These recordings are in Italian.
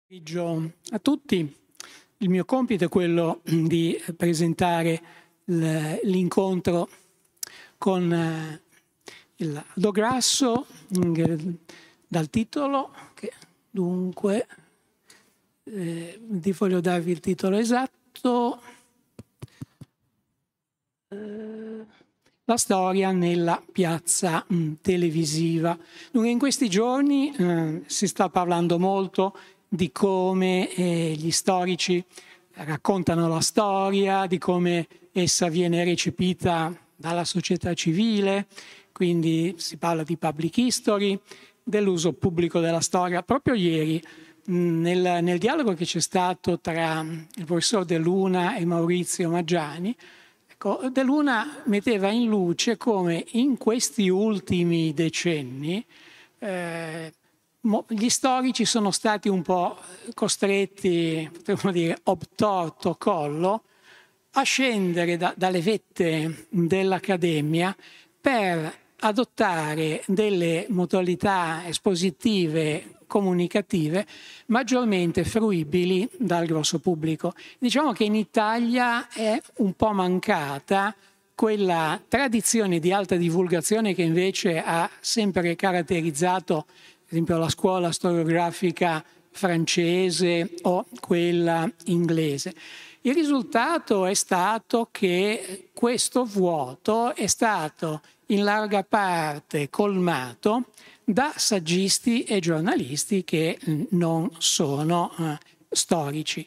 Pomeriggio a tutti. Il mio compito è quello di presentare l'incontro con il Aldo Grasso dal titolo che dunque voglio darvi il titolo esatto. La storia nella piazza televisiva. Dunque, in questi giorni si sta parlando molto di come gli storici raccontano la storia, di come essa viene recepita dalla società civile, quindi si parla di public history, dell'uso pubblico della storia. Proprio ieri, nel dialogo che c'è stato tra il professor De Luna e Maurizio Maggiani, De Luna metteva in luce come in questi ultimi decenni gli storici sono stati un po' costretti, potremmo dire, obtorto collo, a scendere dalle vette dell'accademia per adottare delle modalità espositive comunicative maggiormente fruibili dal grosso pubblico. Diciamo che in Italia è un po' mancata quella tradizione di alta divulgazione che invece ha sempre caratterizzato, ad esempio, la scuola storiografica francese o quella inglese. Il risultato è stato che questo vuoto è stato in larga parte colmato da saggisti e giornalisti che non sono storici.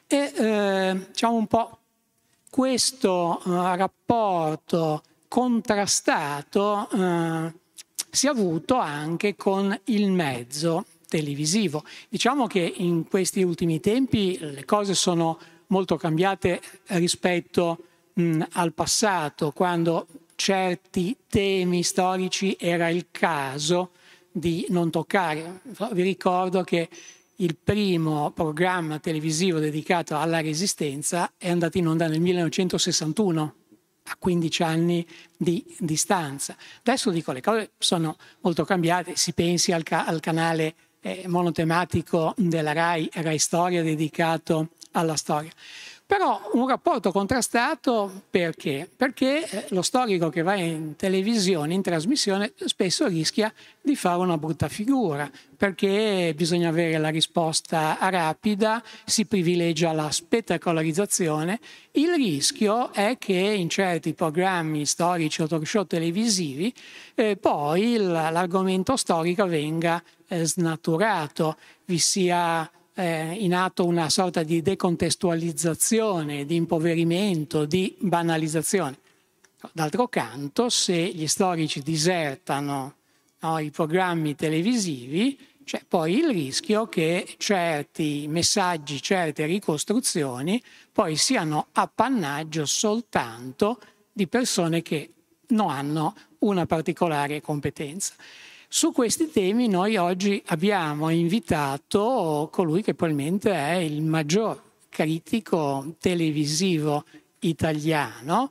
E diciamo un po' questo rapporto contrastato si è avuto anche con il mezzo televisivo. Diciamo che in questi ultimi tempi le cose sono molto cambiate rispetto al passato, quando certi temi storici era il caso di non toccare. Vi ricordo che il primo programma televisivo dedicato alla Resistenza è andato in onda nel 1961, a 15 anni di distanza. Adesso dico, le cose sono molto cambiate, si pensi al canale monotematico della Rai Storia dedicato alla storia. Però un rapporto contrastato perché? Perché lo storico che va in televisione, in trasmissione, spesso rischia di fare una brutta figura, perché bisogna avere la risposta rapida, si privilegia la spettacolarizzazione. Il rischio è che in certi programmi storici o talk show televisivi poi l'argomento storico venga snaturato, vi sia in atto una sorta di decontestualizzazione, di impoverimento, di banalizzazione. D'altro canto, se gli storici disertano i programmi televisivi, c'è poi il rischio che certi messaggi, certe ricostruzioni poi siano appannaggio soltanto di persone che non hanno una particolare competenza. Su questi temi noi oggi abbiamo invitato colui che probabilmente è il maggior critico televisivo italiano.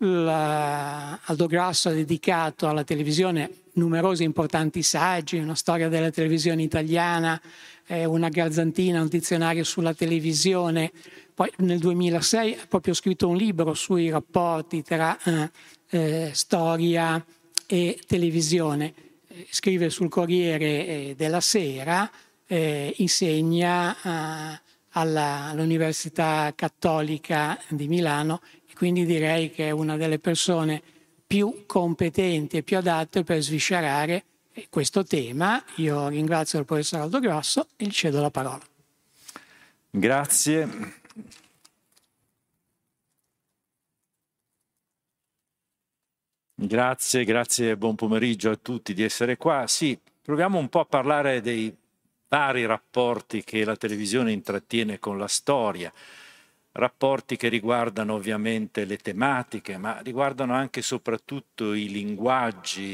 Aldo Grasso ha dedicato alla televisione numerosi importanti saggi, una storia della televisione italiana, una garzantina, un dizionario sulla televisione. Poi nel 2006 ha proprio scritto un libro sui rapporti tra storia e televisione. Scrive sul Corriere della Sera, insegna all'Università Cattolica di Milano e quindi direi che è una delle persone più competenti e più adatte per sviscerare questo tema. Io ringrazio il professor Aldo Grasso e gli cedo la parola. Grazie. Grazie, buon pomeriggio a tutti di essere qua. Sì, proviamo un po' a parlare dei vari rapporti che la televisione intrattiene con la storia, rapporti che riguardano ovviamente le tematiche, ma riguardano anche e soprattutto i linguaggi,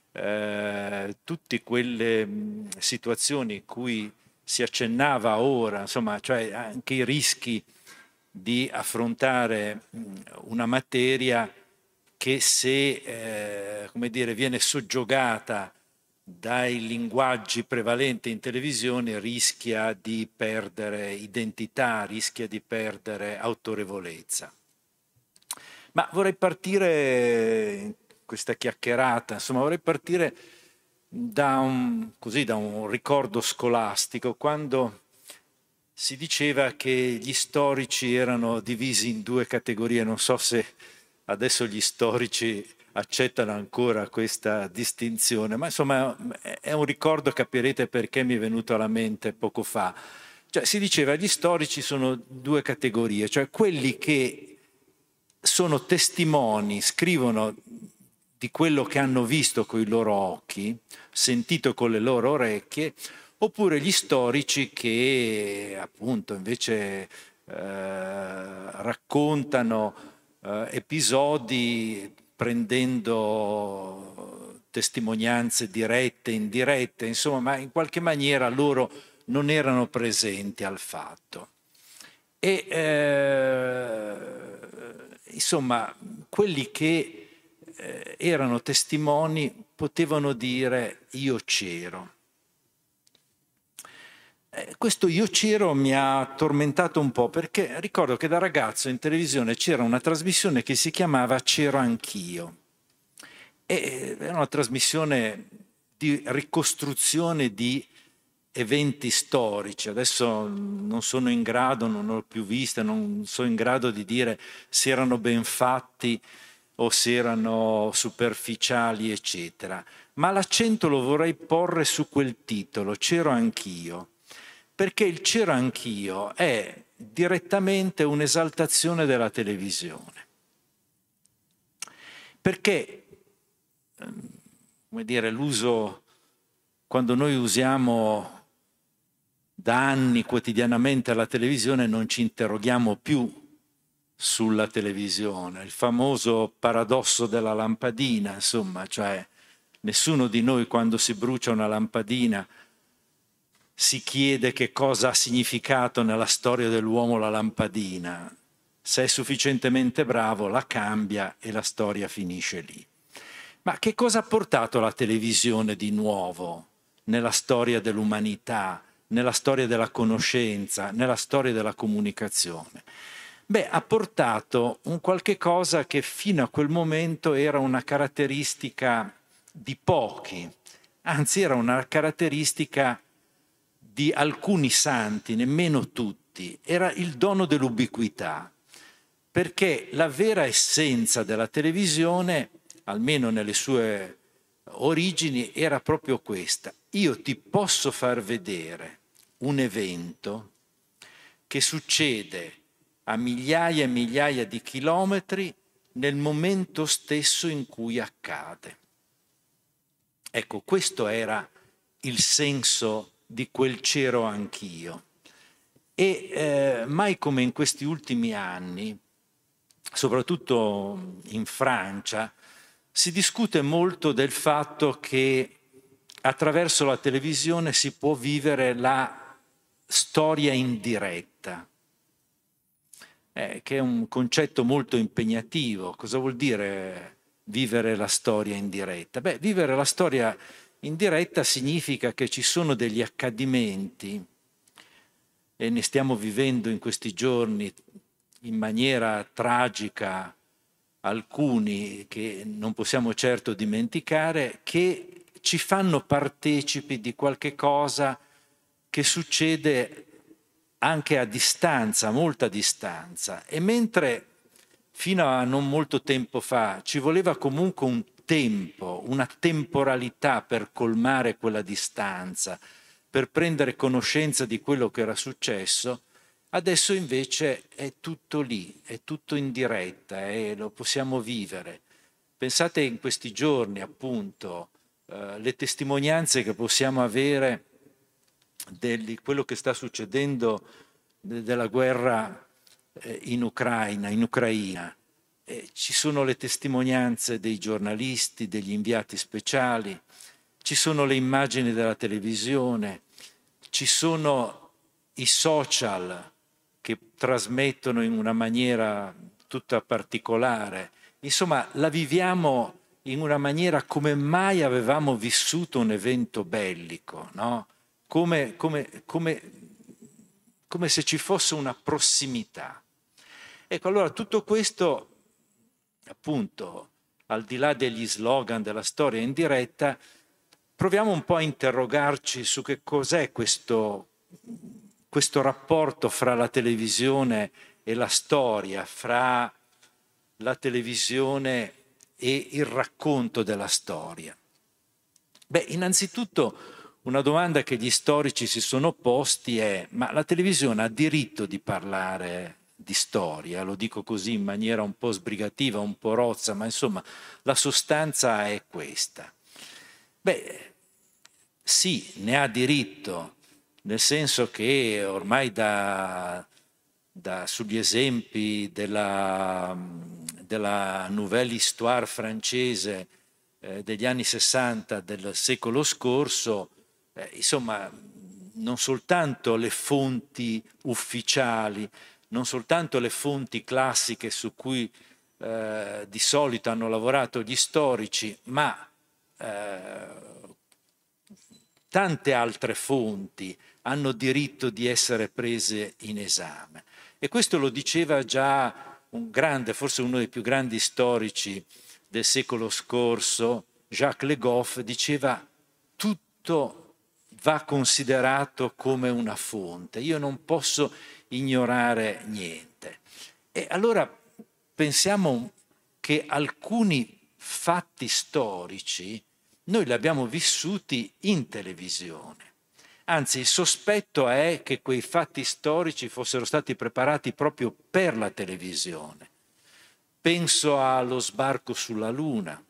tutte quelle situazioni in cui si accennava ora, insomma, cioè anche i rischi di affrontare una materia che se come dire, viene soggiogata dai linguaggi prevalenti in televisione rischia di perdere identità, rischia di perdere autorevolezza. Ma vorrei partire in questa chiacchierata, insomma, vorrei partire da un ricordo scolastico, quando si diceva che gli storici erano divisi in due categorie. Non so se adesso gli storici accettano ancora questa distinzione, ma insomma è un ricordo, capirete perché mi è venuto alla mente poco fa. Cioè, si diceva che gli storici sono due categorie, cioè quelli che sono testimoni, scrivono di quello che hanno visto con i loro occhi, sentito con le loro orecchie, oppure gli storici che appunto invece raccontano episodi prendendo testimonianze dirette, indirette, insomma, ma in qualche maniera loro non erano presenti al fatto. E insomma, quelli che erano testimoni potevano dire io c'ero. Questo io c'ero mi ha tormentato un po', perché ricordo che da ragazzo in televisione c'era una trasmissione che si chiamava C'ero anch'io. E era una trasmissione di ricostruzione di eventi storici. Adesso non sono in grado, non l'ho più vista, non sono in grado di dire se erano ben fatti o se erano superficiali, eccetera. Ma l'accento lo vorrei porre su quel titolo, C'ero anch'io, perché il C'ero anch'io è direttamente un'esaltazione della televisione. Perché, come dire, l'uso, quando noi usiamo da anni quotidianamente la televisione, non ci interroghiamo più sulla televisione. Il famoso paradosso della lampadina, insomma, cioè nessuno di noi quando si brucia una lampadina si chiede che cosa ha significato nella storia dell'uomo la lampadina. Se è sufficientemente bravo la cambia e la storia finisce lì. Ma che cosa ha portato la televisione di nuovo nella storia dell'umanità, nella storia della conoscenza, nella storia della comunicazione? Beh, ha portato un qualche cosa che fino a quel momento era una caratteristica di pochi, anzi era una caratteristica di alcuni santi, nemmeno tutti, era il dono dell'ubiquità, perché la vera essenza della televisione, almeno nelle sue origini, era proprio questa. Io ti posso far vedere un evento che succede a migliaia e migliaia di chilometri nel momento stesso in cui accade. Ecco, questo era il senso di quel C'ero anch'io. E mai come in questi ultimi anni, soprattutto in Francia, si discute molto del fatto che attraverso la televisione si può vivere la storia in diretta, che è un concetto molto impegnativo. Cosa vuol dire vivere la storia in diretta? Beh, vivere la storia in diretta significa che ci sono degli accadimenti, e ne stiamo vivendo in questi giorni in maniera tragica alcuni che non possiamo certo dimenticare, che ci fanno partecipi di qualche cosa che succede anche a distanza, a molta distanza. E mentre fino a non molto tempo fa ci voleva comunque un tempo, una temporalità per colmare quella distanza, per prendere conoscenza di quello che era successo, adesso invece è tutto lì, è tutto in diretta e lo possiamo vivere. Pensate in questi giorni, appunto, le testimonianze che possiamo avere di quello che sta succedendo della guerra in Ucraina. Ci sono le testimonianze dei giornalisti, degli inviati speciali, ci sono le immagini della televisione, ci sono i social che trasmettono in una maniera tutta particolare. Insomma, la viviamo in una maniera come mai avevamo vissuto un evento bellico, no? Come se ci fosse una prossimità. Ecco, allora tutto questo, appunto, al di là degli slogan della storia in diretta, proviamo un po' a interrogarci su che cos'è questo rapporto fra la televisione e la storia, fra la televisione e il racconto della storia. Beh, innanzitutto una domanda che gli storici si sono posti è: ma la televisione ha diritto di parlare di storia? Lo dico così in maniera un po' sbrigativa, un po' rozza, ma insomma la sostanza è questa. Beh, sì, ne ha diritto, nel senso che ormai sugli esempi della Nouvelle Histoire francese degli anni 60 del secolo scorso, insomma, non soltanto le fonti ufficiali, non soltanto le fonti classiche su cui di solito hanno lavorato gli storici, ma tante altre fonti hanno diritto di essere prese in esame. E questo lo diceva già un grande, forse uno dei più grandi storici del secolo scorso, Jacques Le Goff, diceva: tutto va considerato come una fonte, io non posso ignorare niente. E allora pensiamo che alcuni fatti storici noi li abbiamo vissuti in televisione. Anzi, il sospetto è che quei fatti storici fossero stati preparati proprio per la televisione. Penso allo sbarco sulla Luna,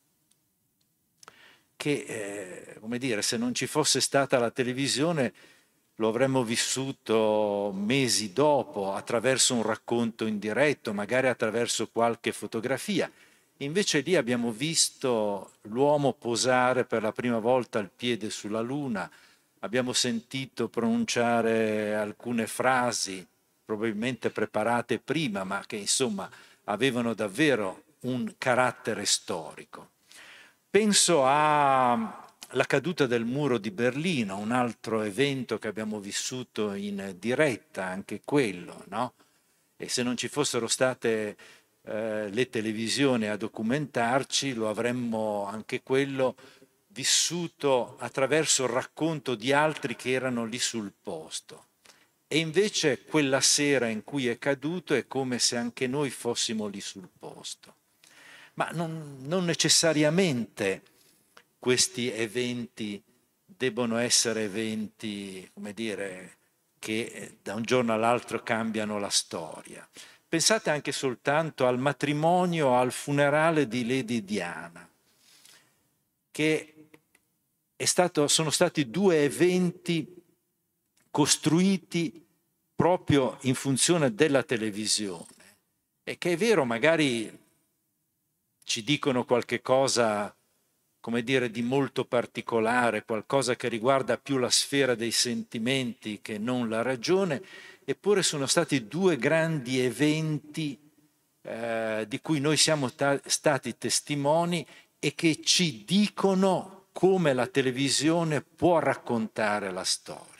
che, come dire, se non ci fosse stata la televisione lo avremmo vissuto mesi dopo, attraverso un racconto in diretto, magari attraverso qualche fotografia. Invece lì abbiamo visto l'uomo posare per la prima volta il piede sulla Luna, abbiamo sentito pronunciare alcune frasi, probabilmente preparate prima, ma che insomma avevano davvero un carattere storico. Penso alla caduta del muro di Berlino, un altro evento che abbiamo vissuto in diretta, anche quello, no? E se non ci fossero state le televisioni a documentarci, lo avremmo anche quello vissuto attraverso il racconto di altri che erano lì sul posto. E invece quella sera in cui è caduto è come se anche noi fossimo lì sul posto. Ma non necessariamente questi eventi debbono essere eventi, come dire, che da un giorno all'altro cambiano la storia. Pensate anche soltanto al matrimonio, al funerale di Lady Diana, che sono stati due eventi costruiti proprio in funzione della televisione e che è vero, magari ci dicono qualche cosa, come dire, di molto particolare, qualcosa che riguarda più la sfera dei sentimenti che non la ragione, eppure sono stati due grandi eventi di cui noi siamo stati testimoni e che ci dicono come la televisione può raccontare la storia.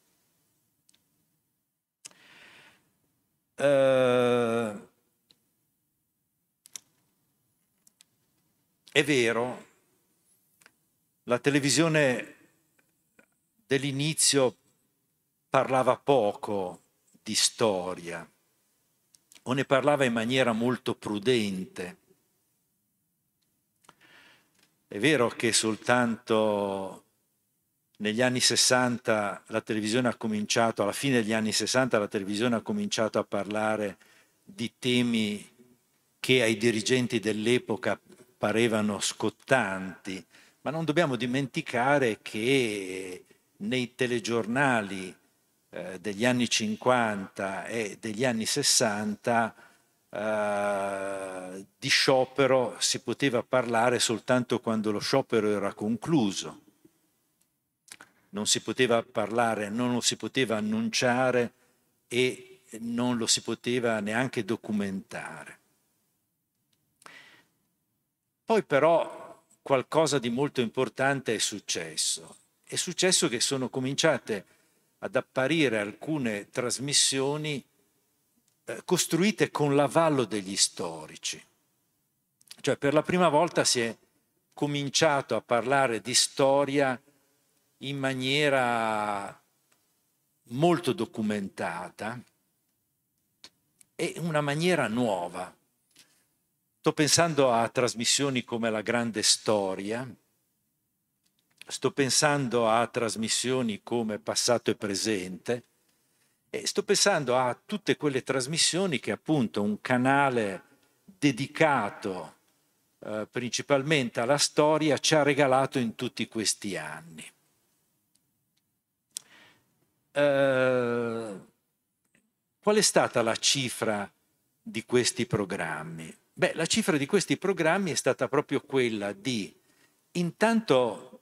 È vero, la televisione dell'inizio parlava poco di storia o ne parlava in maniera molto prudente. È vero che soltanto negli anni 60 la televisione ha cominciato, alla fine degli anni 60 la televisione ha cominciato a parlare di temi che ai dirigenti dell'epoca parevano scottanti, ma non dobbiamo dimenticare che nei telegiornali degli anni 50 e degli anni 60 di sciopero si poteva parlare soltanto quando lo sciopero era concluso. Non si poteva parlare, non lo si poteva annunciare e non lo si poteva neanche documentare. Poi però qualcosa di molto importante è successo. È successo che sono cominciate ad apparire alcune trasmissioni costruite con l'avallo degli storici. Cioè per la prima volta si è cominciato a parlare di storia in maniera molto documentata e una maniera nuova. Sto pensando a trasmissioni come La Grande Storia, sto pensando a trasmissioni come Passato e Presente e sto pensando a tutte quelle trasmissioni che appunto un canale dedicato principalmente alla storia ci ha regalato in tutti questi anni. Qual è stata la cifra di questi programmi? Beh, la cifra di questi programmi è stata proprio quella di intanto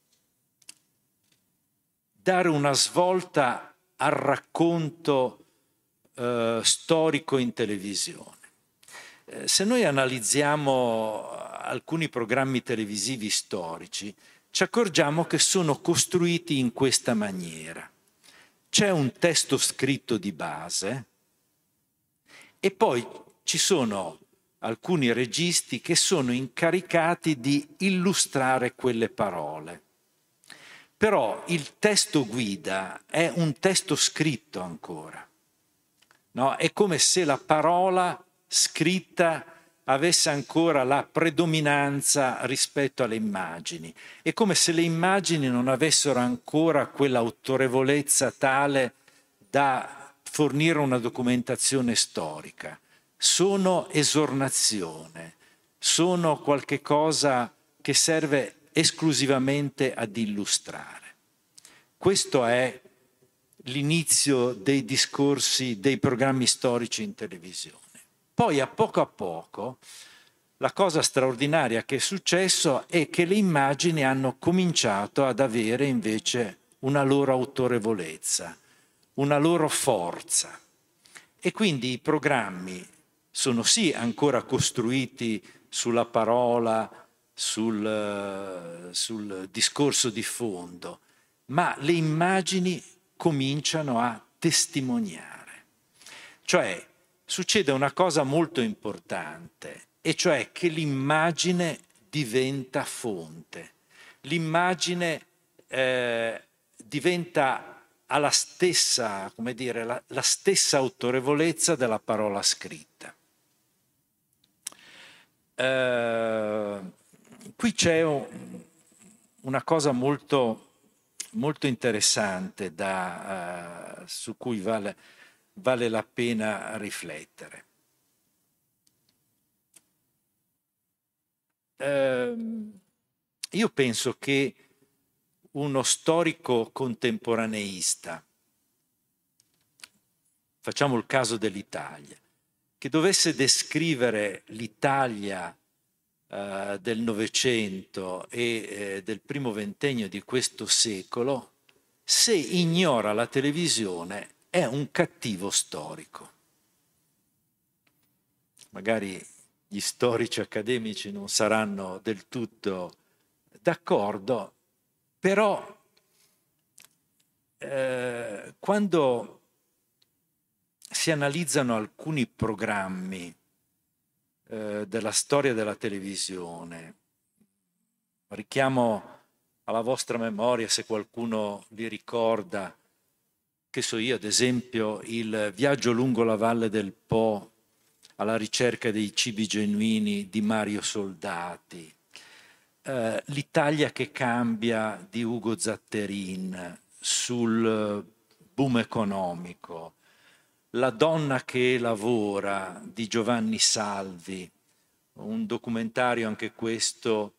dare una svolta al racconto storico in televisione. Se noi analizziamo alcuni programmi televisivi storici, ci accorgiamo che sono costruiti in questa maniera. C'è un testo scritto di base e poi ci sono alcuni registi che sono incaricati di illustrare quelle parole. Però il testo guida è un testo scritto ancora, no? È come se la parola scritta avesse ancora la predominanza rispetto alle immagini. È come se le immagini non avessero ancora quell'autorevolezza tale da fornire una documentazione storica. Sono esornazione, sono qualche cosa che serve esclusivamente ad illustrare. Questo è l'inizio dei discorsi, dei programmi storici in televisione. Poi a poco la cosa straordinaria che è successo è che le immagini hanno cominciato ad avere invece una loro autorevolezza, una loro forza. E quindi i programmi sono sì ancora costruiti sulla parola, sul discorso di fondo, ma le immagini cominciano a testimoniare. Cioè succede una cosa molto importante, e cioè che l'immagine diventa fonte. L'immagine diventa alla stessa, come dire, la stessa autorevolezza della parola scritta. Qui c'è una cosa molto interessante su cui vale la pena riflettere. Io penso che uno storico contemporaneista, facciamo il caso dell'Italia, che dovesse descrivere l'Italia del Novecento e del primo ventennio di questo secolo, se ignora la televisione è un cattivo storico. Magari gli storici accademici non saranno del tutto d'accordo, però quando si analizzano alcuni programmi della storia della televisione, richiamo alla vostra memoria, se qualcuno li ricorda, che so io, ad esempio, il viaggio lungo la valle del Po alla ricerca dei cibi genuini di Mario Soldati, l'Italia che cambia di Ugo Zatterin sul boom economico, La donna che lavora di Giovanni Salvi, un documentario anche questo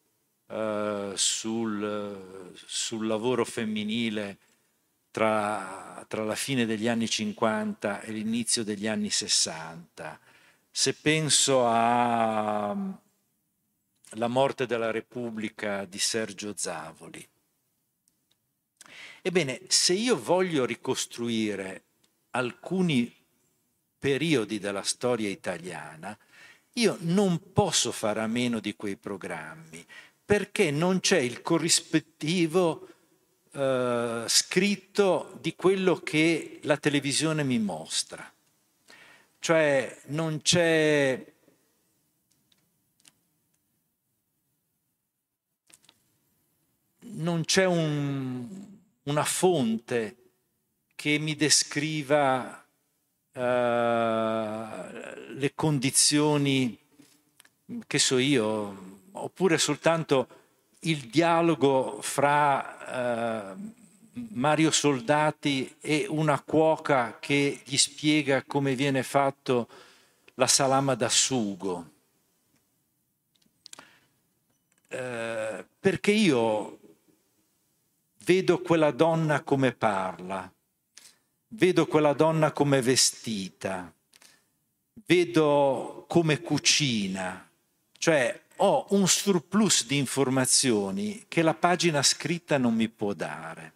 sul lavoro femminile tra la fine degli anni 50 e l'inizio degli anni 60. Se penso a La morte della Repubblica di Sergio Zavoli. Ebbene, se io voglio ricostruire alcuni periodi della storia italiana, io non posso fare a meno di quei programmi, perché non c'è il corrispettivo scritto di quello che la televisione mi mostra. Cioè non c'è una fonte che mi descriva le condizioni, che so io, oppure soltanto il dialogo fra Mario Soldati e una cuoca che gli spiega come viene fatto la salama da sugo. Perché io vedo quella donna come parla, vedo quella donna come è vestita, vedo come cucina, cioè ho un surplus di informazioni che la pagina scritta non mi può dare.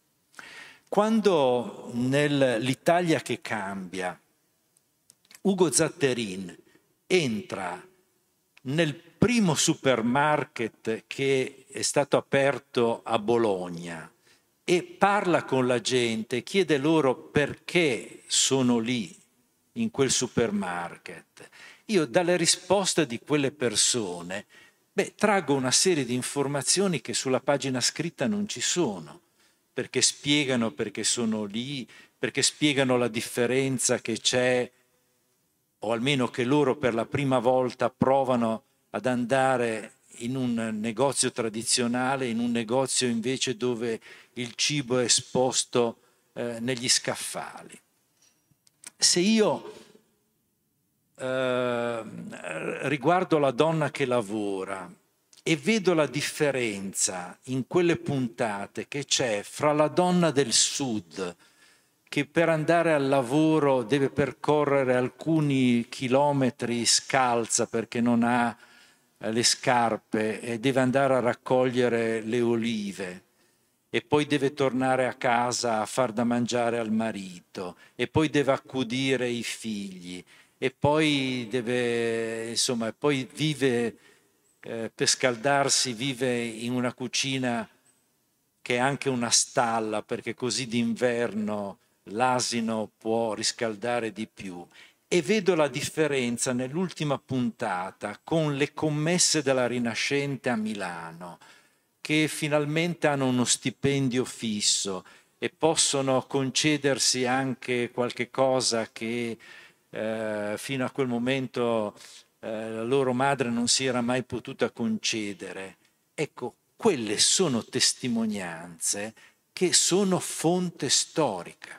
Quando nell'Italia che cambia Ugo Zatterin entra nel primo supermarket che è stato aperto a Bologna e parla con la gente, chiede loro perché sono lì in quel supermarket, io dalle risposte di quelle persone traggo una serie di informazioni che sulla pagina scritta non ci sono, perché spiegano perché sono lì, perché spiegano la differenza che c'è, o almeno che loro per la prima volta provano ad andare in un negozio tradizionale, in un negozio invece dove il cibo è esposto negli scaffali. Se io riguardo la donna che lavora e vedo la differenza in quelle puntate che c'è fra la donna del sud, che per andare al lavoro deve percorrere alcuni chilometri scalza perché non ha le scarpe e deve andare a raccogliere le olive e poi deve tornare a casa a far da mangiare al marito e poi deve accudire i figli e poi deve, insomma, poi vive per scaldarsi, vive in una cucina che è anche una stalla perché così d'inverno l'asino può riscaldare di più. E vedo la differenza nell'ultima puntata con le commesse della Rinascente a Milano, che finalmente hanno uno stipendio fisso e possono concedersi anche qualche cosa che fino a quel momento la loro madre non si era mai potuta concedere. Ecco, quelle sono testimonianze che sono fonte storica.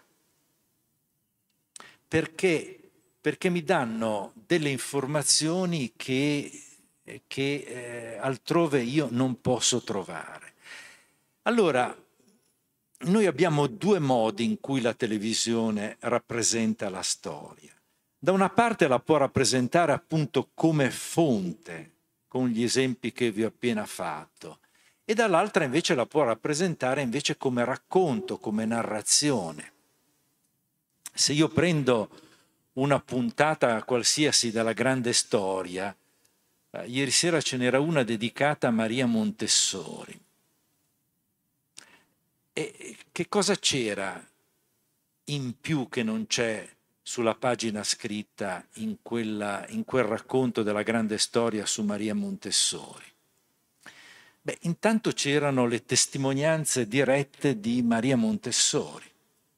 Perché mi danno delle informazioni che altrove io non posso trovare. Allora, noi abbiamo due modi in cui la televisione rappresenta la storia. Da una parte la può rappresentare appunto come fonte, con gli esempi che vi ho appena fatto, e dall'altra invece la può rappresentare invece come racconto, come narrazione. Se io prendo una puntata qualsiasi della grande storia, ieri sera ce n'era una dedicata a Maria Montessori. E che cosa c'era in più che non c'è sulla pagina scritta in quel racconto della grande storia su Maria Montessori? Intanto c'erano le testimonianze dirette di Maria Montessori.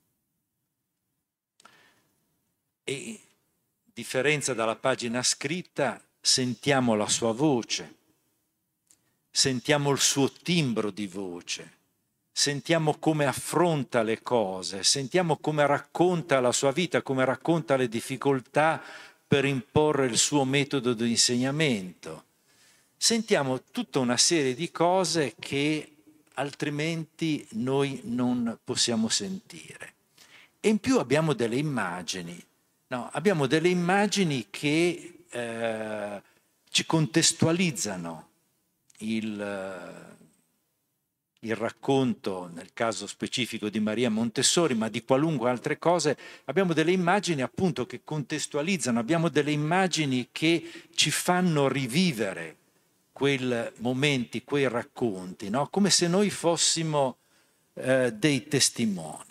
E, differenza dalla pagina scritta, sentiamo la sua voce, sentiamo il suo timbro di voce, sentiamo come affronta le cose, sentiamo come racconta la sua vita, come racconta le difficoltà per imporre il suo metodo di insegnamento. Sentiamo tutta una serie di cose che altrimenti noi non possiamo sentire. E in più abbiamo delle immagini. No, abbiamo delle immagini che ci contestualizzano il racconto, nel caso specifico di Maria Montessori, ma di qualunque altre cose, abbiamo delle immagini appunto che contestualizzano, abbiamo delle immagini che ci fanno rivivere quei momenti, quei racconti, no? Come se noi fossimo dei testimoni.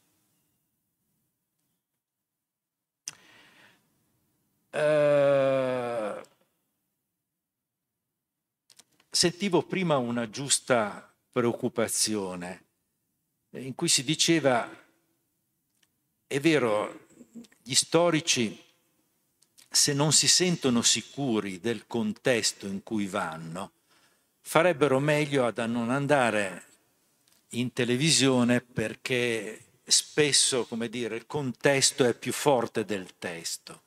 Sentivo prima una giusta preoccupazione in cui si diceva, è vero, gli storici, se non si sentono sicuri del contesto in cui vanno, farebbero meglio a non andare in televisione, perché spesso, come dire, il contesto è più forte del testo.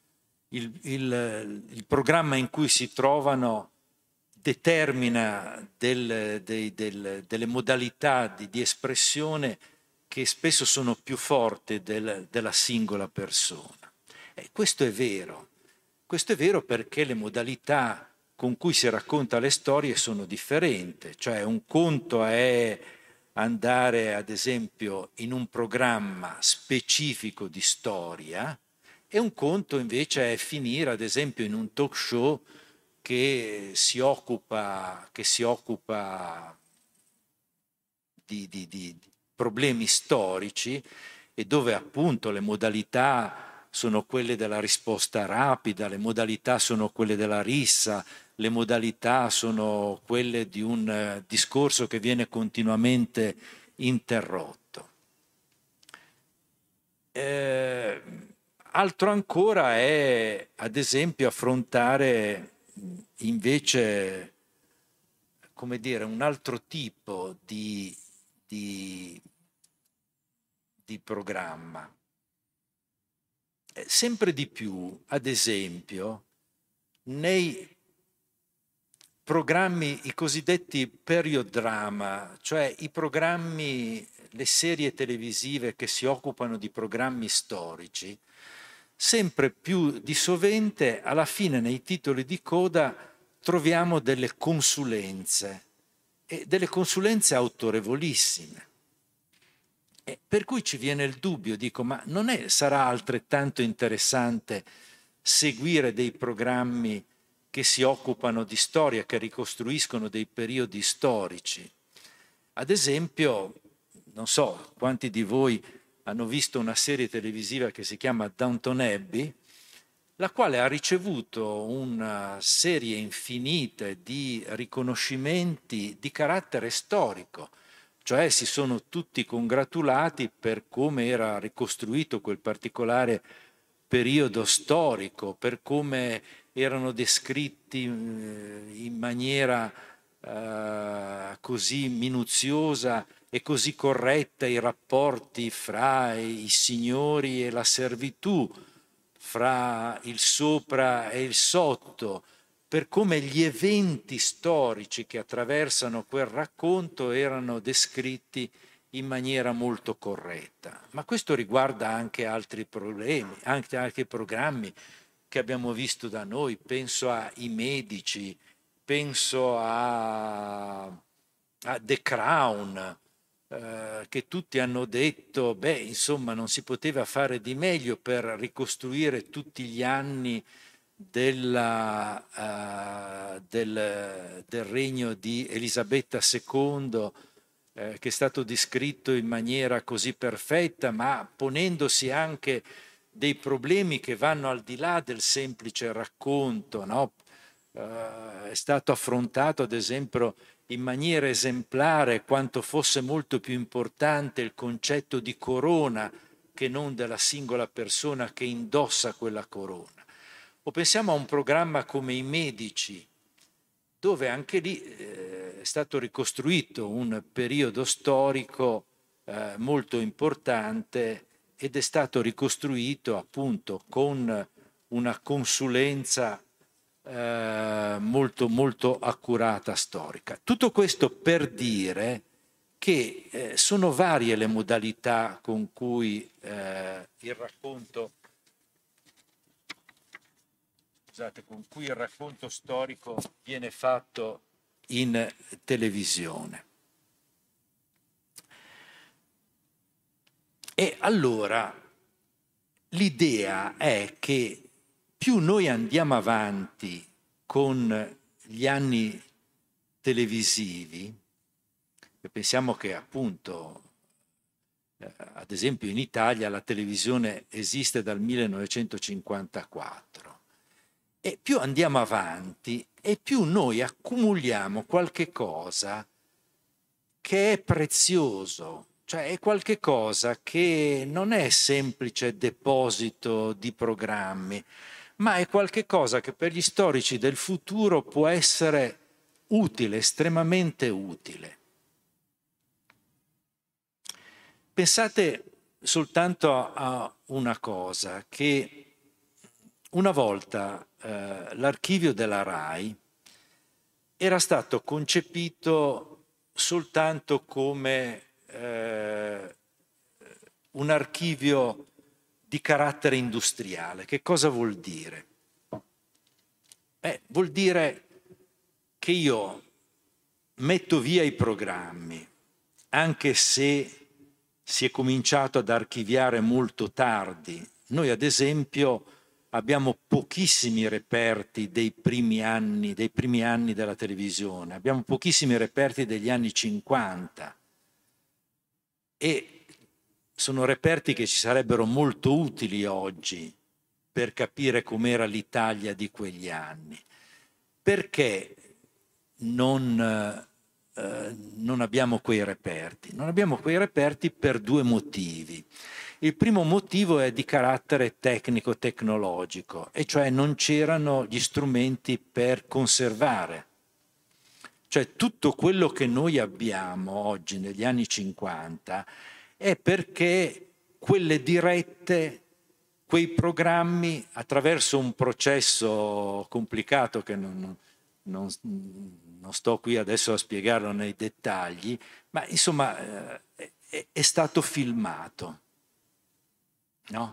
Il programma in cui si trovano determina delle modalità di espressione che spesso sono più forti della singola persona. E questo è vero perché le modalità con cui si racconta le storie sono differenti, cioè un conto è andare ad esempio in un programma specifico di storia e un conto invece è finire ad esempio in un talk show che si occupa di problemi storici e dove appunto le modalità sono quelle della risposta rapida, le modalità sono quelle della rissa, le modalità sono quelle di un discorso che viene continuamente interrotto. Altro ancora è, ad esempio, affrontare invece, come dire, un altro tipo di programma. Sempre di più, ad esempio, nei programmi, i cosiddetti period drama, cioè i programmi, le serie televisive che si occupano di programmi storici, sempre più di sovente alla fine nei titoli di coda troviamo delle consulenze e delle consulenze autorevolissime. E per cui ci viene il dubbio, dico, ma sarà altrettanto interessante seguire dei programmi che si occupano di storia, che ricostruiscono dei periodi storici? Ad esempio, non so quanti di voi hanno visto una serie televisiva che si chiama Downton Abbey, la quale ha ricevuto una serie infinita di riconoscimenti di carattere storico, cioè si sono tutti congratulati per come era ricostruito quel particolare periodo storico, per come erano descritti in maniera così minuziosa e così corretta i rapporti fra i signori e la servitù, fra il sopra e il sotto, per come gli eventi storici che attraversano quel racconto erano descritti in maniera molto corretta. Ma questo riguarda anche altri problemi, anche altri programmi che abbiamo visto da noi, penso ai Medici, penso a The Crown, che tutti hanno detto, insomma, non si poteva fare di meglio per ricostruire tutti gli anni del regno di Elisabetta II, che è stato descritto in maniera così perfetta, ma ponendosi anche dei problemi che vanno al di là del semplice racconto, no? È stato affrontato, ad esempio, in maniera esemplare quanto fosse molto più importante il concetto di corona che non della singola persona che indossa quella corona. O pensiamo a un programma come I Medici, dove anche lì è stato ricostruito un periodo storico molto importante ed è stato ricostruito appunto con una consulenza molto, molto accurata storica. Tutto questo per dire che sono varie le modalità con cui il racconto storico viene fatto in televisione. E allora l'idea è che più noi andiamo avanti con gli anni televisivi, e pensiamo che appunto, ad esempio in Italia la televisione esiste dal 1954, e più andiamo avanti e più noi accumuliamo qualche cosa che è prezioso, cioè è qualche cosa che non è semplice deposito di programmi, ma è qualche cosa che per gli storici del futuro può essere utile, estremamente utile. Pensate soltanto a una cosa, che una volta l'archivio della RAI era stato concepito soltanto come un archivio di carattere industriale. Che cosa vuol dire? Vuol dire che io metto via i programmi, anche se si è cominciato ad archiviare molto tardi. Noi ad esempio abbiamo pochissimi reperti dei primi anni della televisione, abbiamo pochissimi reperti degli anni 50 e sono reperti che ci sarebbero molto utili oggi per capire com'era l'Italia di quegli anni. Perché non abbiamo quei reperti? Non abbiamo quei reperti per due motivi. Il primo motivo è di carattere tecnico-tecnologico, e cioè non c'erano gli strumenti per conservare. Cioè tutto quello che noi abbiamo oggi negli anni 50 è perché quelle dirette, quei programmi, attraverso un processo complicato che non sto qui adesso a spiegarlo nei dettagli, ma insomma è stato filmato, no?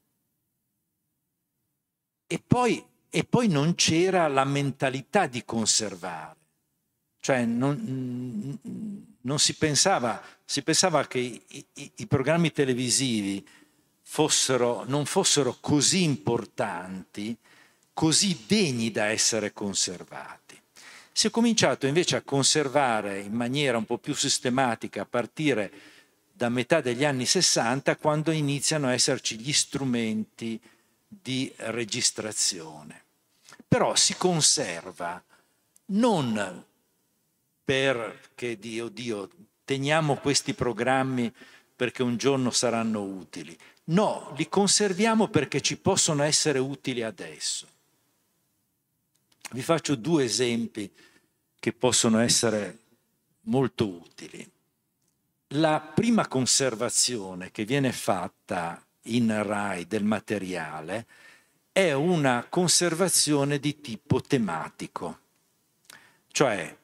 E poi non c'era la mentalità di conservare, cioè non si pensava che i programmi televisivi non fossero così importanti, così degni da essere conservati. Si è cominciato invece a conservare in maniera un po' più sistematica a partire da metà degli anni 60, quando iniziano a esserci gli strumenti di registrazione. Però si conserva non perché Dio, teniamo questi programmi perché un giorno saranno utili. No, li conserviamo perché ci possono essere utili adesso. Vi faccio due esempi che possono essere molto utili. La prima conservazione che viene fatta in RAI del materiale è una conservazione di tipo tematico, cioè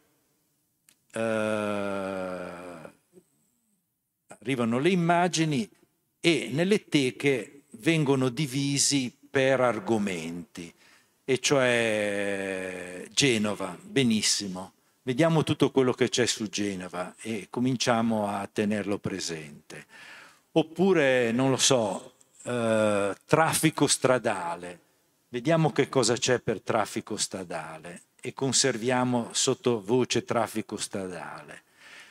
arrivano le immagini e nelle teche vengono divisi per argomenti, e cioè Genova, benissimo, vediamo tutto quello che c'è su Genova e cominciamo a tenerlo presente. Oppure, non lo so, traffico stradale, vediamo che cosa c'è per traffico stradale e conserviamo sotto voce traffico stradale.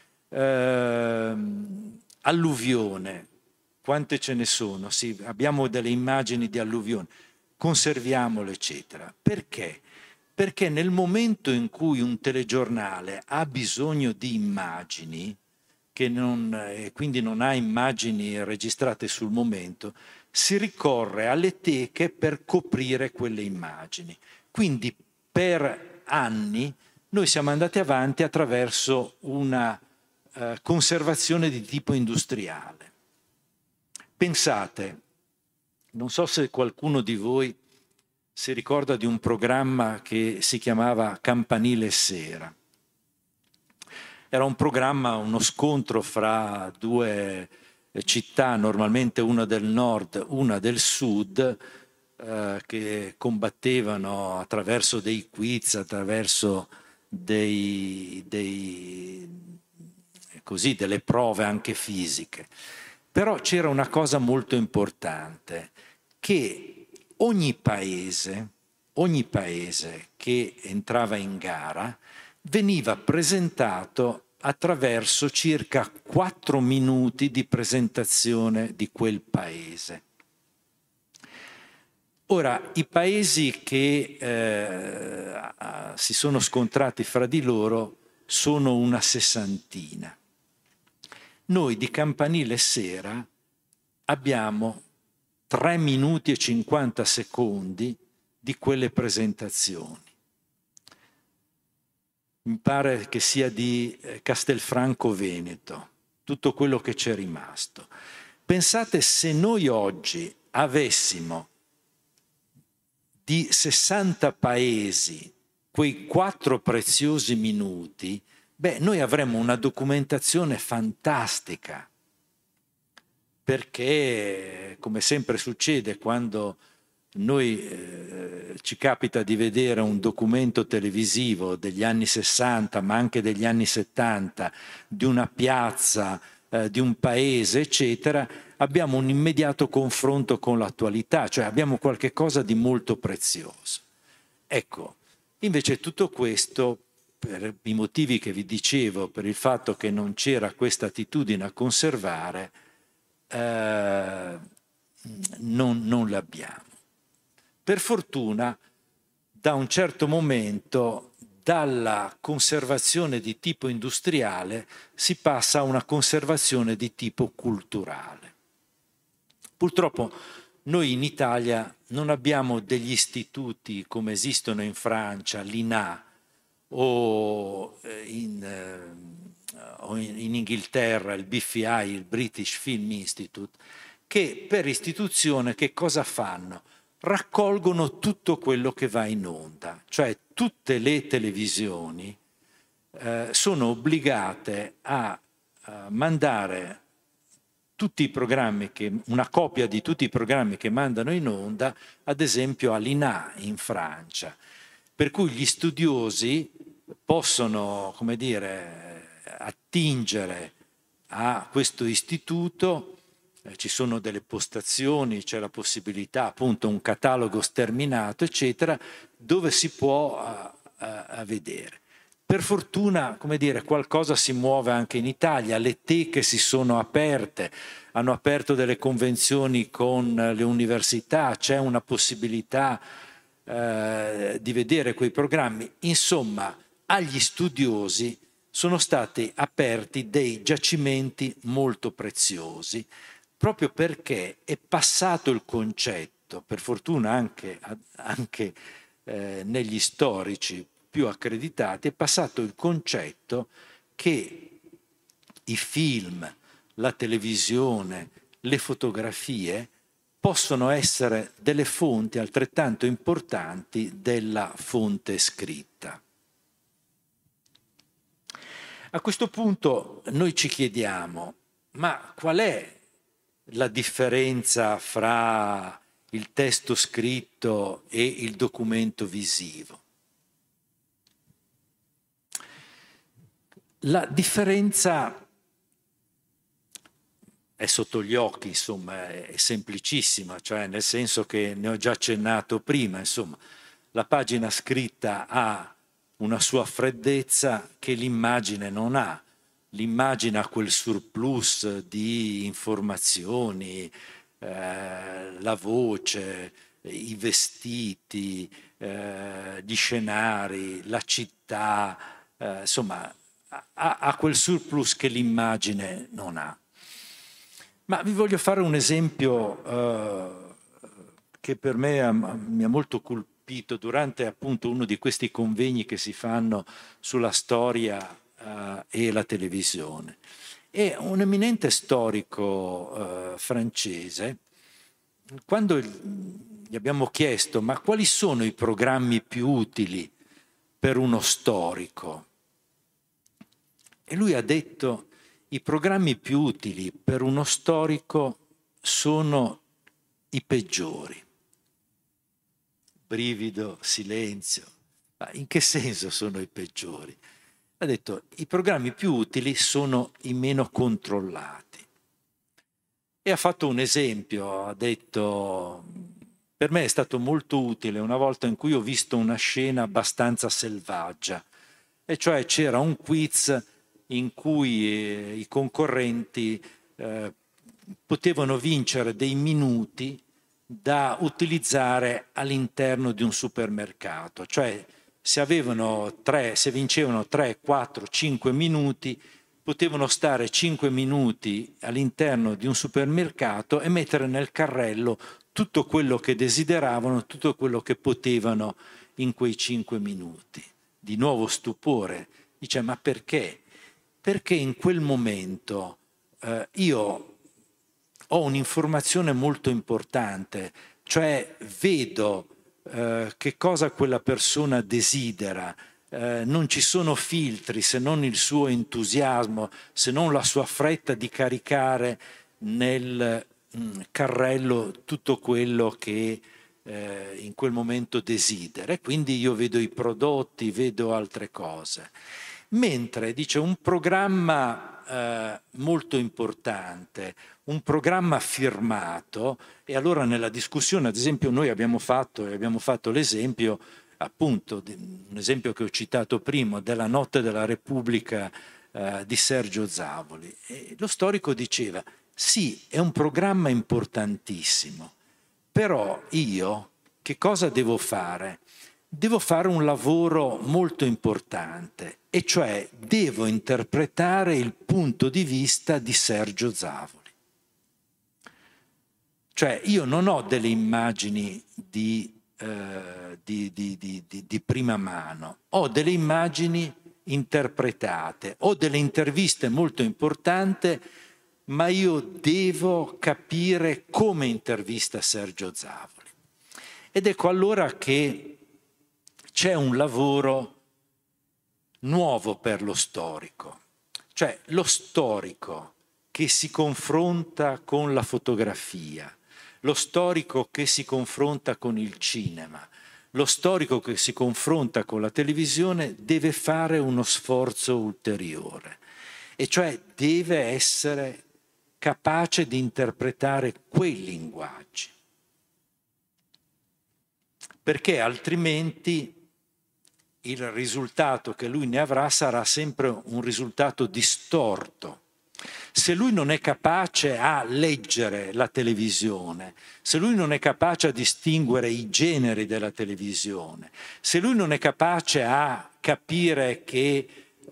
Alluvione, quante ce ne sono? Sì, abbiamo delle immagini di alluvione, conserviamole, eccetera. Perché? Perché nel momento in cui un telegiornale ha bisogno di immagini, e quindi non ha immagini registrate sul momento, si ricorre alle teche per coprire quelle immagini. Quindi per anni noi siamo andati avanti attraverso una conservazione di tipo industriale. Pensate, non so se qualcuno di voi si ricorda di un programma che si chiamava Campanile Sera. Era un programma, uno scontro fra due città, normalmente una del nord, una del sud, che combattevano attraverso dei quiz, attraverso delle prove anche fisiche. Però c'era una cosa molto importante, che ogni paese che entrava in gara veniva presentato attraverso circa 4 minuti di presentazione di quel paese. Ora, i paesi che si sono scontrati fra di loro sono una 60. Noi di Campanile Sera abbiamo 3 minuti e 50 secondi di quelle presentazioni. Mi pare che sia di Castelfranco Veneto, tutto quello che c'è rimasto. Pensate se noi oggi avessimo di 60 paesi quei 4 preziosi minuti, noi avremmo una documentazione fantastica, perché come sempre succede quando noi ci capita di vedere un documento televisivo degli anni 60, ma anche degli anni 70, di una piazza, di un paese, eccetera, abbiamo un immediato confronto con l'attualità, cioè abbiamo qualche cosa di molto prezioso. Ecco, invece tutto questo, per i motivi che vi dicevo, per il fatto che non c'era questa attitudine a conservare, non l'abbiamo. Per fortuna, da un certo momento, dalla conservazione di tipo industriale si passa a una conservazione di tipo culturale. Purtroppo noi in Italia non abbiamo degli istituti come esistono in Francia, l'INA, o in Inghilterra il BFI, il British Film Institute, che per istituzione che cosa fanno? Raccolgono tutto quello che va in onda, cioè tutte le televisioni sono obbligate a mandare tutti i programmi una copia di tutti i programmi che mandano in onda, ad esempio all'INA in Francia, per cui gli studiosi possono, come dire, attingere a questo istituto. Ci sono delle postazioni, c'è la possibilità, appunto, un catalogo sterminato, eccetera, dove si può vedere. Per fortuna, come dire, qualcosa si muove anche in Italia, le teche si sono aperte, hanno aperto delle convenzioni con le università, c'è una possibilità di vedere quei programmi. Insomma, agli studiosi sono stati aperti dei giacimenti molto preziosi, proprio perché è passato il concetto, per fortuna anche negli storici più accreditati, è passato il concetto che i film, la televisione, le fotografie possono essere delle fonti altrettanto importanti della fonte scritta. A questo punto noi ci chiediamo, ma qual è la differenza fra il testo scritto e il documento visivo? La differenza è sotto gli occhi, insomma, è semplicissima, cioè nel senso che ne ho già accennato prima, insomma, la pagina scritta ha una sua freddezza che l'immagine non ha. L'immagine ha quel surplus di informazioni, la voce, i vestiti, gli scenari, la città, insomma, ha quel surplus che l'immagine non ha. Ma vi voglio fare un esempio che per me mi ha molto colpito durante appunto uno di questi convegni che si fanno sulla storia e la televisione. È un eminente storico francese, quando gli abbiamo chiesto ma quali sono i programmi più utili per uno storico, e lui ha detto i programmi più utili per uno storico sono i peggiori. Brivido, silenzio. Ma in che senso sono i peggiori? Ha detto i programmi più utili sono i meno controllati. e ha fatto un esempio, ha detto: per me è stato molto utile una volta in cui ho visto una scena abbastanza selvaggia, e cioè c'era un quiz in cui i concorrenti potevano vincere dei minuti da utilizzare all'interno di un supermercato, cioè se vincevano 3, 4, 5 minuti, potevano stare 5 minuti all'interno di un supermercato e mettere nel carrello tutto quello che desideravano, tutto quello che potevano in quei 5 minuti. Di nuovo stupore. Dice: ma perché? Perché in quel momento io ho un'informazione molto importante, cioè vedo che cosa quella persona desidera, non ci sono filtri se non il suo entusiasmo, se non la sua fretta di caricare nel carrello tutto quello che in quel momento desidera. E quindi io vedo i prodotti, vedo altre cose. Mentre, dice, un programma molto importante, un programma firmato, e allora nella discussione, ad esempio, noi abbiamo fatto l'esempio, appunto, un esempio che ho citato prima, della Notte della Repubblica di Sergio Zavoli. E lo storico diceva: sì, è un programma importantissimo, però io che cosa devo fare? Devo fare un lavoro molto importante, e cioè devo interpretare il punto di vista di Sergio Zavoli. Cioè io non ho delle immagini di prima mano, ho delle immagini interpretate, ho delle interviste molto importanti, ma io devo capire come intervista Sergio Zavoli. Ed ecco allora che c'è un lavoro nuovo per lo storico, cioè lo storico che si confronta con la fotografia, lo storico che si confronta con il cinema, lo storico che si confronta con la televisione deve fare uno sforzo ulteriore, e cioè deve essere capace di interpretare quei linguaggi, perché altrimenti il risultato che lui ne avrà sarà sempre un risultato distorto. Se lui non è capace a leggere la televisione, se lui non è capace a distinguere i generi della televisione, se lui non è capace a capire che,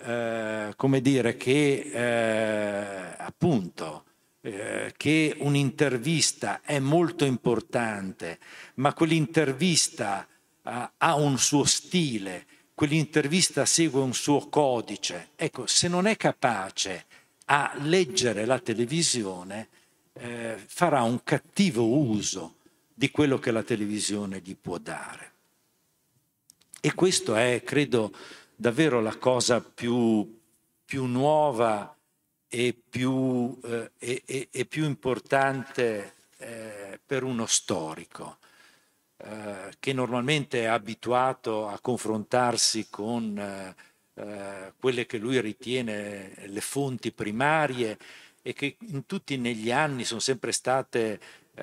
che un'intervista è molto importante, ma quell'intervista ha un suo stile, quell'intervista segue un suo codice. Ecco, se non è capace a leggere la televisione, farà un cattivo uso di quello che la televisione gli può dare. E questo è, credo, davvero la cosa più nuova e più importante per uno storico, che normalmente è abituato a confrontarsi con quelle che lui ritiene le fonti primarie, e che in tutti negli anni sono sempre state,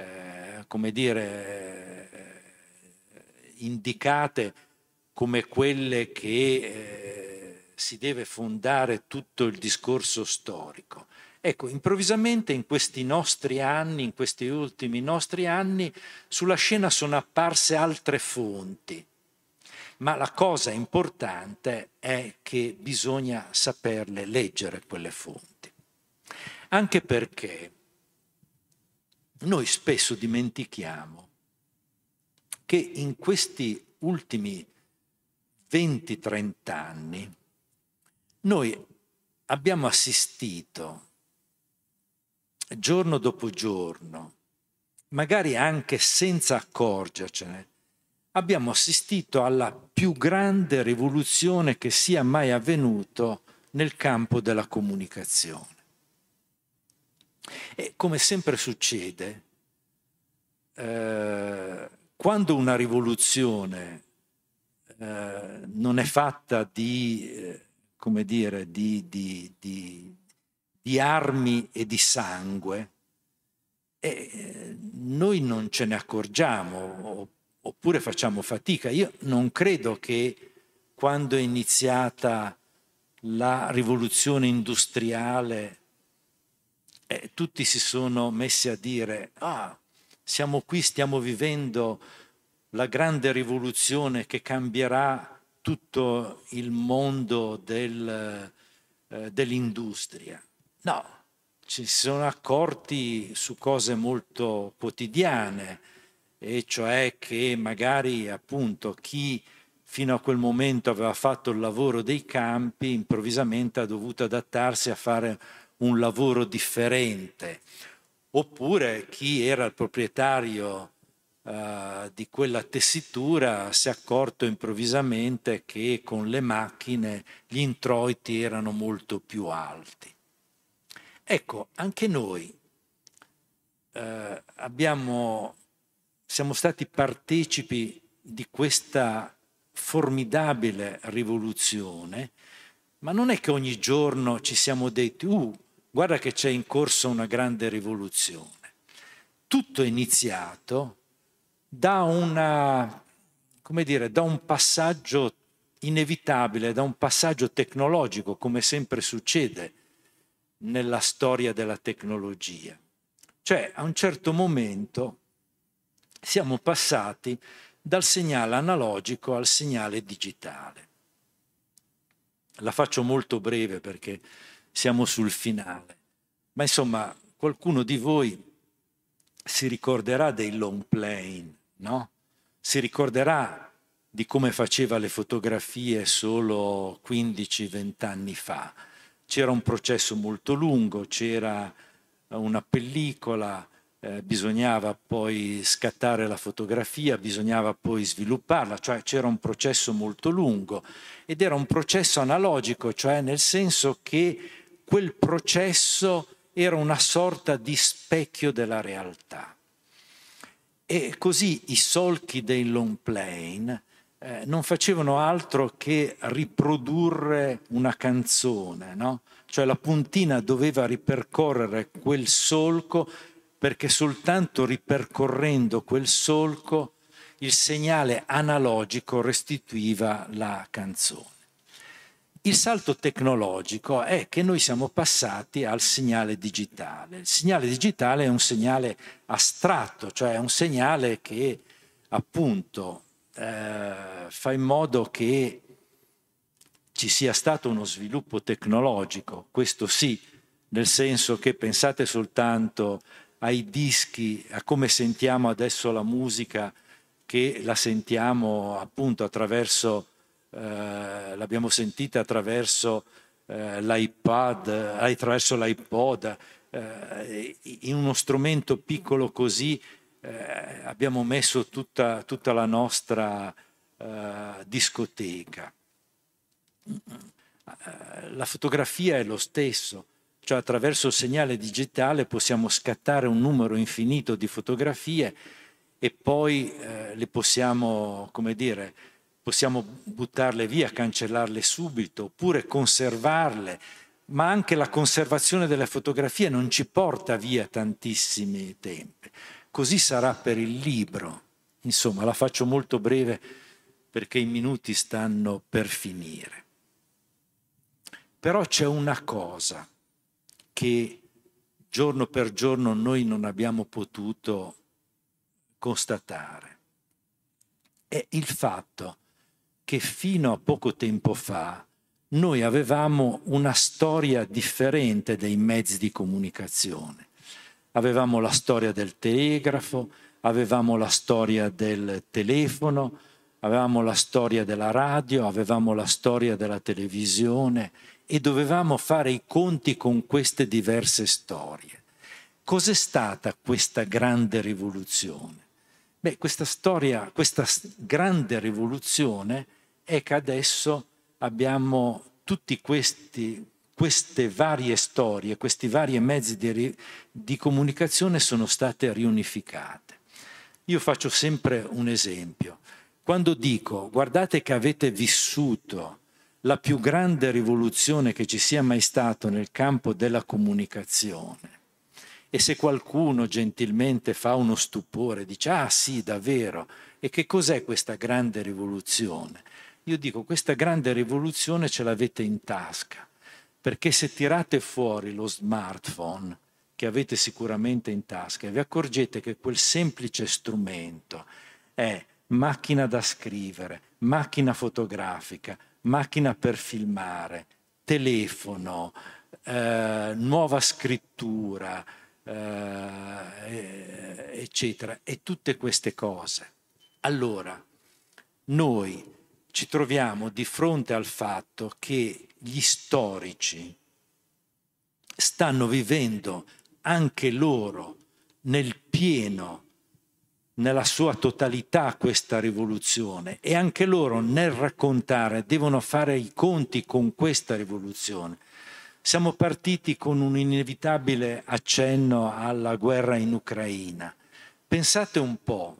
indicate come quelle che si deve fondare tutto il discorso storico. Ecco, improvvisamente in questi nostri anni, in questi ultimi nostri anni, sulla scena sono apparse altre fonti, ma la cosa importante è che bisogna saperle leggere quelle fonti, anche perché noi spesso dimentichiamo che in questi ultimi 20-30 anni noi abbiamo assistito giorno dopo giorno, magari anche senza accorgercene, abbiamo assistito alla più grande rivoluzione che sia mai avvenuto nel campo della comunicazione. E come sempre succede, quando una rivoluzione non è fatta di armi e di sangue, e noi non ce ne accorgiamo oppure facciamo fatica. Io non credo che quando è iniziata la rivoluzione industriale tutti si sono messi a dire siamo qui, stiamo vivendo la grande rivoluzione che cambierà tutto il mondo dell'industria. No, ci si sono accorti su cose molto quotidiane, e cioè che magari appunto chi fino a quel momento aveva fatto il lavoro dei campi improvvisamente ha dovuto adattarsi a fare un lavoro differente, oppure chi era il proprietario di quella tessitura si è accorto improvvisamente che con le macchine gli introiti erano molto più alti. Ecco, anche noi siamo stati partecipi di questa formidabile rivoluzione, ma non è che ogni giorno ci siamo detti guarda che c'è in corso una grande rivoluzione. Tutto è iniziato da un passaggio inevitabile, da un passaggio tecnologico, come sempre succede nella storia della tecnologia. Cioè, a un certo momento siamo passati dal segnale analogico al segnale digitale. La faccio molto breve perché siamo sul finale, ma insomma qualcuno di voi si ricorderà dei long plane, no? Si ricorderà di come faceva le fotografie solo 15-20 anni fa. C'era un processo molto lungo, c'era una pellicola, bisognava poi scattare la fotografia, bisognava poi svilupparla, cioè c'era un processo molto lungo ed era un processo analogico, cioè nel senso che quel processo era una sorta di specchio della realtà. E così i solchi dei long plane non facevano altro che riprodurre una canzone, no? Cioè la puntina doveva ripercorrere quel solco, perché soltanto ripercorrendo quel solco il segnale analogico restituiva la canzone. Il salto tecnologico è che noi siamo passati al segnale digitale. Il segnale digitale è un segnale astratto, cioè è un segnale che appunto fa in modo che ci sia stato uno sviluppo tecnologico, questo sì, nel senso che pensate soltanto ai dischi, a come sentiamo adesso la musica, che la sentiamo appunto attraverso l'abbiamo sentita attraverso l'iPod, in uno strumento piccolo così abbiamo messo tutta la nostra discoteca. La fotografia è lo stesso, cioè attraverso il segnale digitale possiamo scattare un numero infinito di fotografie e poi le possiamo, come dire, possiamo buttarle via, cancellarle subito, oppure conservarle, ma anche la conservazione delle fotografie non ci porta via tantissimi tempi. Così sarà per il libro. Insomma, la faccio molto breve perché i minuti stanno per finire. Però c'è una cosa che giorno per giorno noi non abbiamo potuto constatare. È il fatto che fino a poco tempo fa noi avevamo una storia differente dei mezzi di comunicazione. Avevamo la storia del telegrafo, avevamo la storia del telefono, avevamo la storia della radio, avevamo la storia della televisione e dovevamo fare i conti con queste diverse storie. Cos'è stata questa grande rivoluzione? Beh, questa grande rivoluzione è che adesso abbiamo tutti queste varie storie, questi vari mezzi di comunicazione sono state riunificate. Io faccio sempre un esempio. Quando dico, guardate che avete vissuto la più grande rivoluzione che ci sia mai stato nel campo della comunicazione, E se qualcuno gentilmente fa uno stupore, dice ah sì, davvero, e che cos'è questa grande rivoluzione? Io dico, questa grande rivoluzione ce l'avete in tasca, perché se tirate fuori lo smartphone che avete sicuramente in tasca e vi accorgete che quel semplice strumento è macchina da scrivere, macchina fotografica, macchina per filmare, telefono, nuova scrittura, eccetera, e tutte queste cose. Allora, noi ci troviamo di fronte al fatto che gli storici stanno vivendo anche loro nel pieno, nella sua totalità questa rivoluzione, e anche loro nel raccontare devono fare i conti con questa rivoluzione. Siamo partiti con un inevitabile accenno alla guerra in Ucraina. Pensate un po',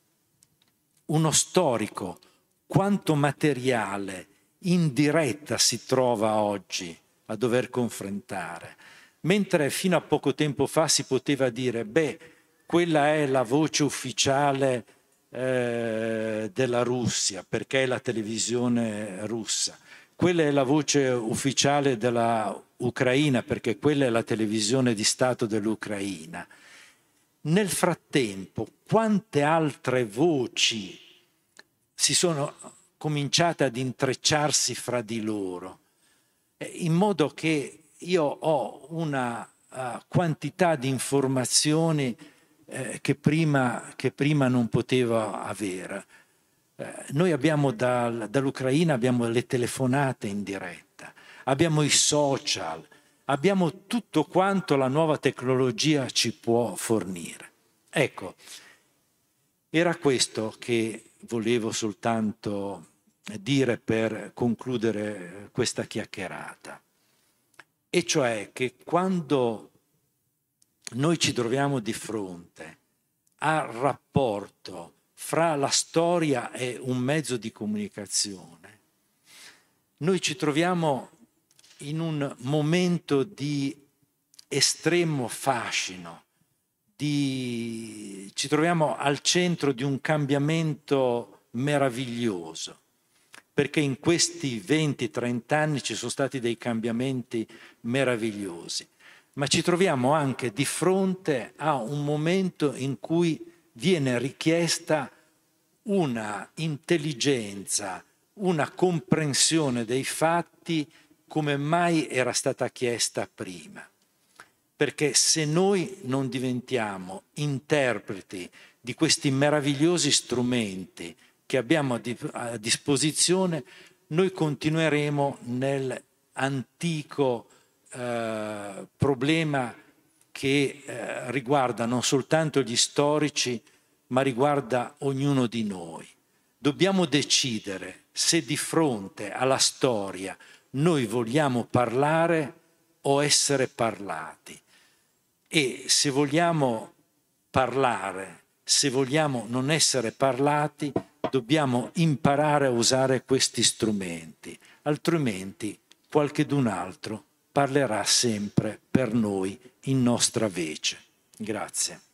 uno storico, quanto materiale in diretta si trova oggi a dover confrontare, mentre fino a poco tempo fa si poteva dire, beh, quella è la voce ufficiale della Russia, perché è la televisione russa. Quella è la voce ufficiale della Ucraina, perché quella è la televisione di Stato dell'Ucraina. Nel frattempo, quante altre voci si sono cominciate ad intrecciarsi fra di loro, in modo che io ho una quantità di informazioni che prima non potevo avere. Noi abbiamo dall'Ucraina abbiamo le telefonate in diretta, abbiamo i social, abbiamo tutto quanto la nuova tecnologia ci può fornire. Ecco, era questo che volevo soltanto dire per concludere questa chiacchierata, e cioè che quando noi ci troviamo di fronte al rapporto fra la storia e un mezzo di comunicazione, noi ci troviamo in un momento di estremo fascino, ci troviamo al centro di un cambiamento meraviglioso, perché in questi 20-30 anni ci sono stati dei cambiamenti meravigliosi, ma ci troviamo anche di fronte a un momento in cui viene richiesta una intelligenza, una comprensione dei fatti come mai era stata chiesta prima. Perché se noi non diventiamo interpreti di questi meravigliosi strumenti che abbiamo a disposizione, noi continueremo nell'antico problema che riguarda non soltanto gli storici, ma riguarda ognuno di noi. Dobbiamo decidere se di fronte alla storia noi vogliamo parlare o essere parlati. E se vogliamo parlare, se vogliamo non essere parlati, dobbiamo imparare a usare questi strumenti, altrimenti qualchedun altro parlerà sempre per noi in nostra vece. Grazie.